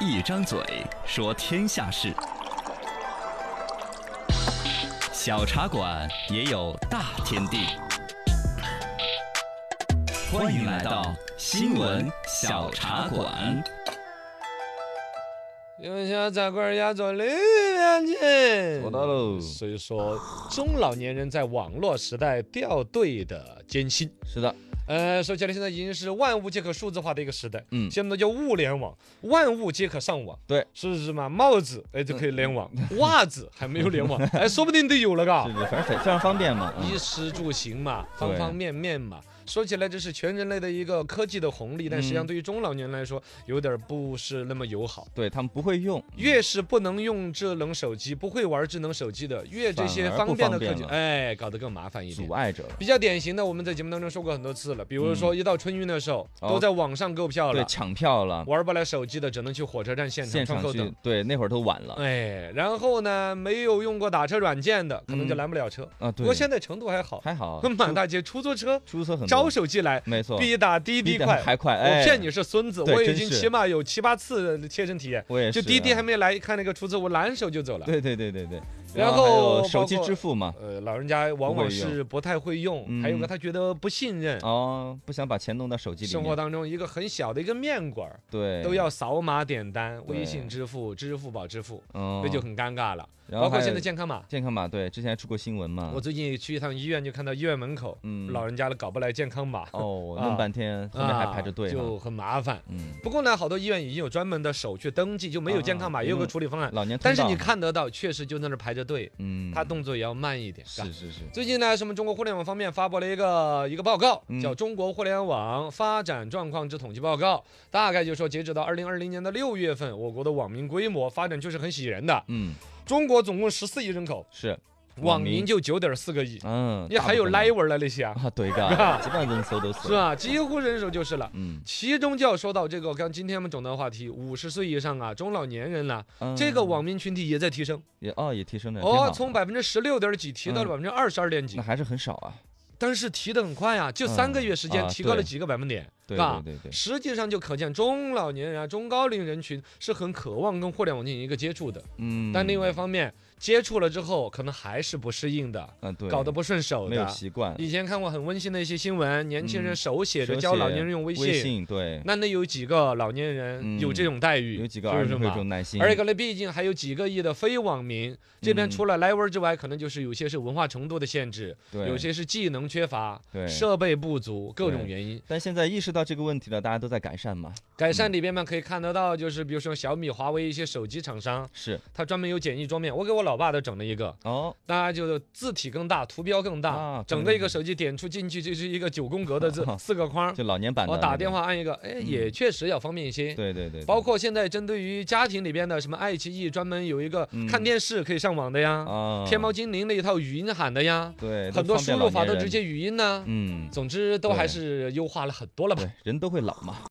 一张嘴说天下事，小茶馆也有大天地。欢迎来到新闻小茶馆。 用小茶馆压轴里面去。 做到喽。 所以说，中老年人在网络时代掉队的艰辛。 是的， 说起来，现在已经是万物皆可数字化的一个时代。 现在叫物联网，万物皆可上网。 对， 是嘛？帽子就可以联网，袜子还没有联网，说不定都有了嘎。 是反正非常方便嘛。 衣食住行嘛，方方面面嘛。说起来，这是全人类的一个科技的红利，但实际上对于中老年人来说，有点不是那么友好。 对他们不会用， 越是不能用智能手机、不会玩智能手机的，越这些方便的科技，搞得更麻烦一点， 阻碍着。 比较典型的，我们在节目当中说过很多次了，比如说一到春运的时候，都在网上购票了， 对，抢票了， 玩不来手机的只能去火车站现场去等。 对，那会儿都晚了。 然后呢，没有用过打车软件的，可能就拦不了车啊。 不过现在成都还好，满大街出租车很招手机来。 没错， 比打滴滴快， 还快。 我骗你是孙子，我已经起码有7、8次切身体验。 我也是， 就滴滴还没来看那个出租，我拦手就走了。 对。 然后手机支付嘛， 老人家往往是不太会用，还有个他觉得不信任不想把钱弄到手机里面。 生活当中一个很小的一个面馆， 对， 都要扫码点单，微信支付、支付宝支付，这就很尴尬了。包括现在健康码， 对，之前还出过新闻嘛。 我最近去一趟医院，就看到医院门口，老人家搞不来健康码， 弄半天，后面还排着队， 就很麻烦。不过呢，好多医院已经有专门的手去登记，就没有健康码，也有个处理方案。 老年， 但是你看得到，确实就在那排着队，他动作也要慢一点。 是。 最近呢，中国互联网方面发布了一个报告，叫《中国互联网发展状况之统计报告》，大概就说，截止到2020年的6月份，我国的网民规模发展就是很喜人的。中国总共14亿人口， 是网民就9.4个亿。 你还有奶味儿了那些啊？ 对嘎，基本上人手都是吧？几乎人手就是了。其中就要说到这个，刚今天我们总的话题，50岁以上啊，中老年人了，这个网民群体也在提升， 也提升了。 从16%点几提到了22%点几， 那还是很少啊。 但是提得很快啊，就3个月时间提高了几个百分点。 对， 实际上就可见中老年人中高龄人群是很渴望跟互联网进行一个接触的。但另外一方面，接触了之后可能还是不适应的，搞得不顺手的， 没有习惯。 以前看过很温馨的一些新闻，年轻人手写着教老年人用微信， 对， 那有几个老年人有这种待遇？ 有几个儿女会有这种耐心。 而一个呢，毕竟还有几个亿的非网民，这边除了来玩之外，可能就是有些是文化程度的限制，有些是技能缺乏，设备不足，各种原因。 但现在意识到这个问题了，大家都在改善嘛。 改善里边嘛，可以看得到，就是比如说小米、华为一些手机厂商，它专门有简易桌面。我给我老爸都整了一个，大家就字体更大，图标更大，整个一个手机点出进去就是一个9宫格的字，4个框， 就老年版的。 我打电话按一个，也确实要方便一些。 对。 包括现在针对于家庭里边的什么爱奇艺，专门有一个看电视可以上网的呀，天猫精灵那一套语音喊的呀， 对， 很多输入法都直接语音呢。总之都还是优化了很多了吧。 人都会老嘛。